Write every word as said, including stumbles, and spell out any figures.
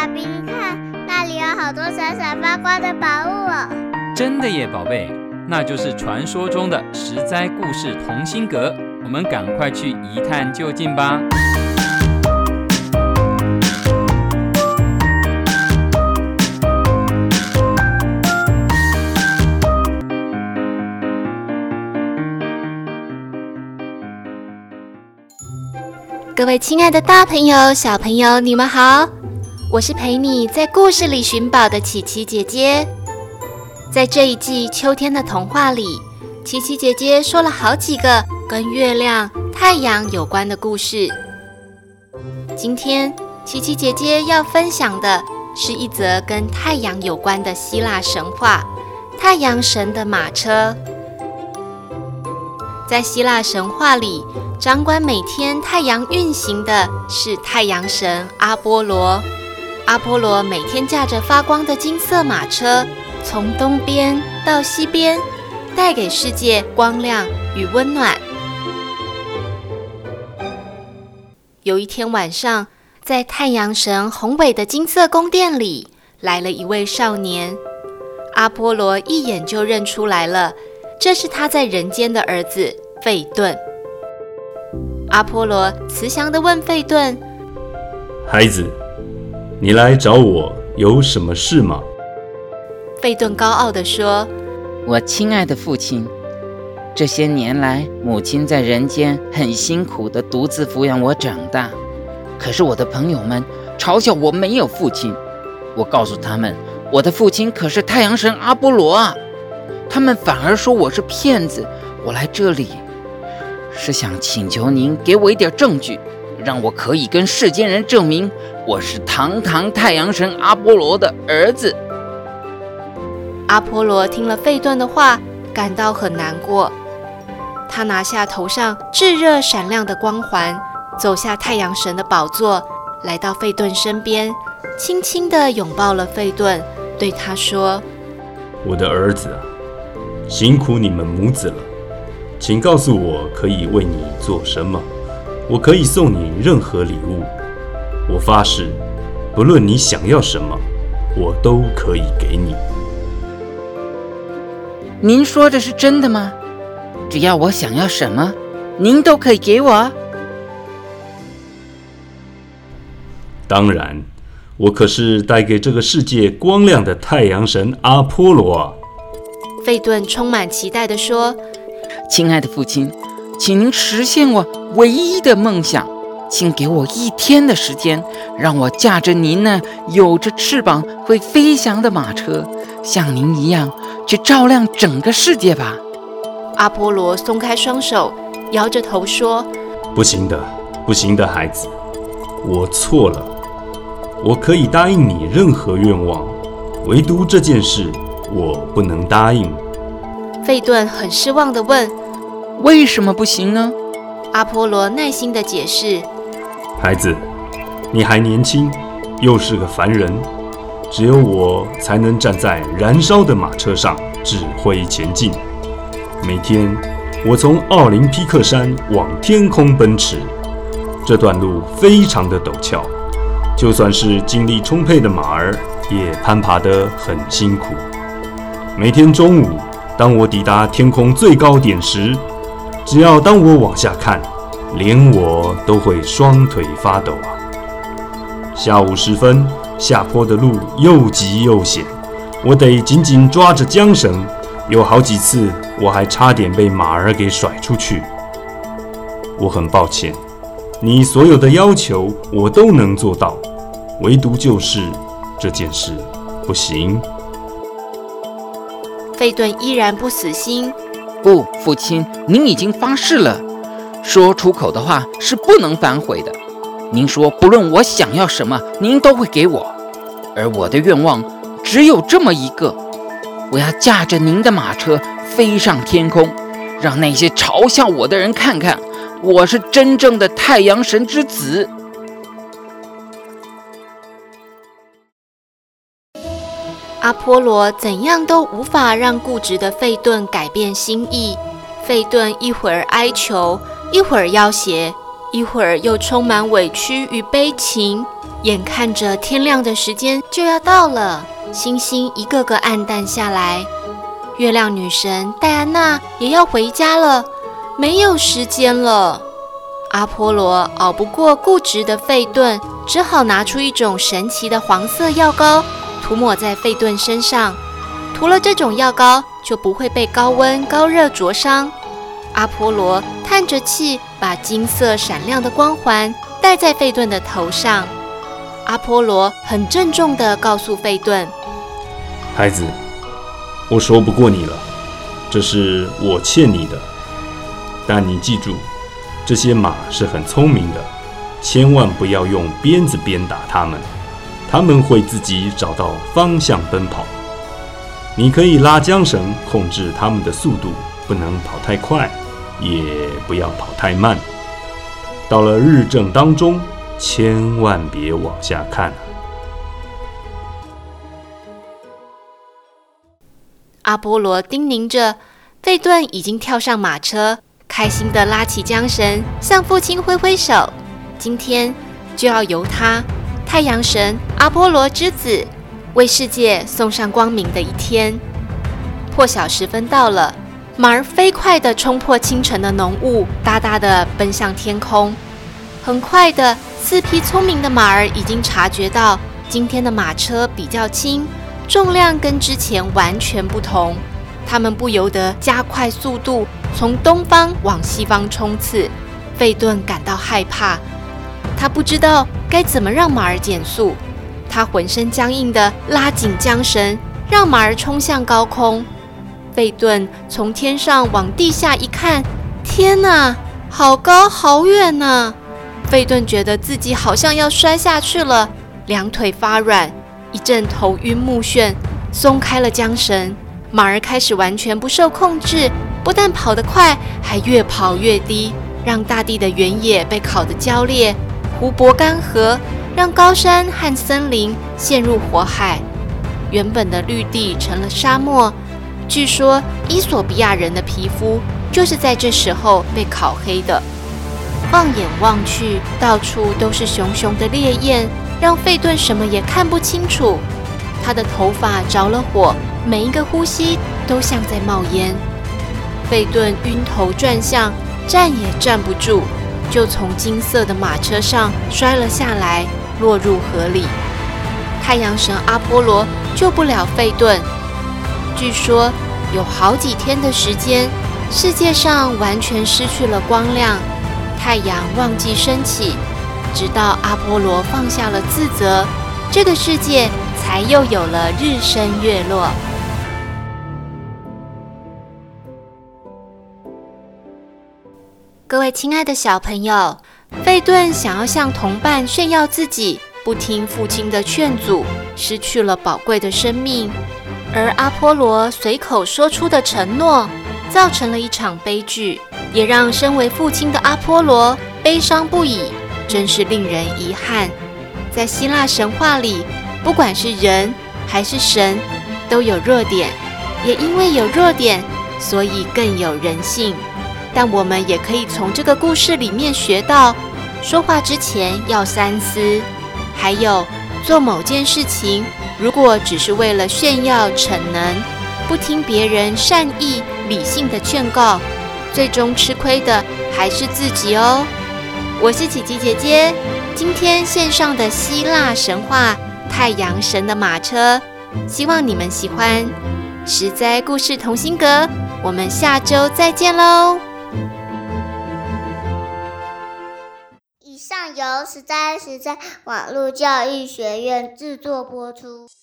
爸比，你看那里有好多闪闪发光的宝物哦。 真的耶，宝贝，那就是传说中的十灾故事同心阁，我们赶快去一探究竟吧。 各位亲爱的大朋友、小朋友，你们好！我是陪你在故事里寻宝的琪琪姐姐。在这一季秋天的童话里，琪琪姐姐说了好几个跟月亮、太阳有关的故事。今天，琪琪姐姐要分享的是一则跟太阳有关的希腊神话——太阳神的马车。在希腊神话里，掌管每天太阳运行的是太阳神阿波罗。阿波罗每天驾着发光的金色马车，从东边到西边，带给世界光亮与温暖。有一天晚上，在太阳神宏伟的金色宫殿里，来了一位少年。阿波罗一眼就认出来了，这是他在人间的儿子费顿。阿波罗慈祥地问费顿：“ 孩子，你来找我有什么事吗？” 费顿高傲地说：“ 我亲爱的父亲，这些年来，母亲在人间很辛苦地独自抚养我长大。可是我的朋友们嘲笑我没有父亲。我告诉他们，我的父亲可是太阳神阿波罗啊！他们反而说我是骗子。我来这里是想请求您给我一点证据，让我可以跟世间人证明我是堂堂太阳神阿波罗的儿子。” 阿波罗听了费顿的话，感到很难过。他拿下头上炙热闪亮的光环，走下太阳神的宝座，来到费顿身边，轻轻地拥抱了费顿，对他说：“ 我的儿子啊，辛苦你们母子了。请告诉我可以为你做什么，我可以送你任何礼物。我发誓，不论你想要什么，我都可以给你。” 您说的是真的吗？只要我想要什么，您都可以给我？ 当然，我可是带给这个世界光亮的太阳神阿波罗啊！ 费顿充满期待地说：“ 亲爱的父亲，请您实现我唯一的梦想，请给我一天的时间，让我驾着您那有着翅膀会飞翔的马车，像您一样去照亮整个世界吧。” 阿波罗松开双手，摇着头说：“ 不行的，不行的，孩子，我错了。我可以答应你任何愿望，唯独这件事我不能答应。” 费顿很失望地问：“ 为什么不行呢？” 阿波罗耐心地解释：“ 孩子，你还年轻，又是个凡人，只有我才能站在燃烧的马车上指挥前进。每天，我从奥林匹克山往天空奔驰，这段路非常的陡峭，就算是精力充沛的马儿也攀爬得很辛苦。每天中午，当我抵达天空最高点时，只要当我往下看，连我都会双腿发抖啊。下午时分，下坡的路又急又险，我得紧紧抓着缰绳，有好几次我还差点被马儿给甩出去。我很抱歉，你所有的要求我都能做到，唯独就是这件事不行。 费顿依然不死心：“ 不，父亲，您已经发誓了，说出口的话是不能反悔的。您说不论我想要什么，您都会给我，而我的愿望只有这么一个，我要驾着您的马车飞上天空，让那些嘲笑我的人看看，我是真正的太阳神之子。” 阿波罗怎样都无法让固执的费顿改变心意。费顿一会儿哀求，一会儿要挟， 一会儿又充满委屈与悲情。眼看着天亮的时间就要到了，星星一个个暗淡下来，月亮女神戴安娜也要回家了，没有时间了。阿波罗熬不过固执的费顿，只好拿出一种神奇的黄色药膏，涂抹在费顿身上。涂了这种药膏，就不会被高温高热灼伤。阿波罗叹着气，把金色闪亮的光环戴在费顿的头上。阿波罗很郑重地告诉费顿： 孩子，我说不过你了，这是我欠你的。但你记住，这些马是很聪明的，千万不要用鞭子鞭打它们，它们会自己找到方向奔跑。你可以拉缰绳控制它们的速度，不能跑太快，也不要跑太慢。到了日正当中，千万别往下看啊。 阿波罗叮咛着，费顿已经跳上马车，开心地拉起缰绳，向父亲挥挥手。今天就要由他，太阳神阿波罗之子，为世界送上光明的一天。破晓时分到了，马儿飞快地冲破清晨的浓雾，大大地奔向天空。很快的，四匹聪明的马儿已经察觉到今天的马车比较轻，重量跟之前完全不同。他们不由得加快速度，从东方往西方冲刺。费顿感到害怕，他不知道该怎么让马儿减速。他浑身僵硬地拉紧缰绳，让马儿冲向高空。费顿从天上往地下一看，天哪，好高好远啊！费顿觉得自己好像要摔下去了，两腿发软，一阵头晕目眩，松开了缰绳。马儿开始完全不受控制，不但跑得快，还越跑越低，让大地的原野被烤得焦裂，湖泊干涸，让高山和森林陷入火海。原本的绿地成了沙漠。据说伊索比亚人的皮肤就是在这时候被烤黑的。放眼望去，到处都是熊熊的烈焰，让费顿什么也看不清楚。他的头发着了火，每一个呼吸都像在冒烟。费顿晕头转向，站也站不住，就从金色的马车上摔了下来，落入河里。太阳神阿波罗救不了费顿。据说有好几天的时间，世界上完全失去了光亮，太阳忘记升起，直到阿波罗放下了自责，这个世界才又有了日升月落。各位亲爱的小朋友，费顿想要向同伴炫耀自己，不听父亲的劝阻，失去了宝贵的生命。而阿波罗随口说出的承诺，造成了一场悲剧，也让身为父亲的阿波罗悲伤不已，真是令人遗憾。在希腊神话里，不管是人还是神，都有弱点，也因为有弱点，所以更有人性。但我们也可以从这个故事里面学到，说话之前要三思，还有做某件事情，如果只是为了炫耀逞能，不听别人善意理性的劝告，最终吃亏的还是自己哦。我是琪琪姐姐，今天线上的希腊神话太阳神的马车，希望你们喜欢。实在故事同心阁，我们下周再见喽。 以上由实在实在网络教育学院制作播出。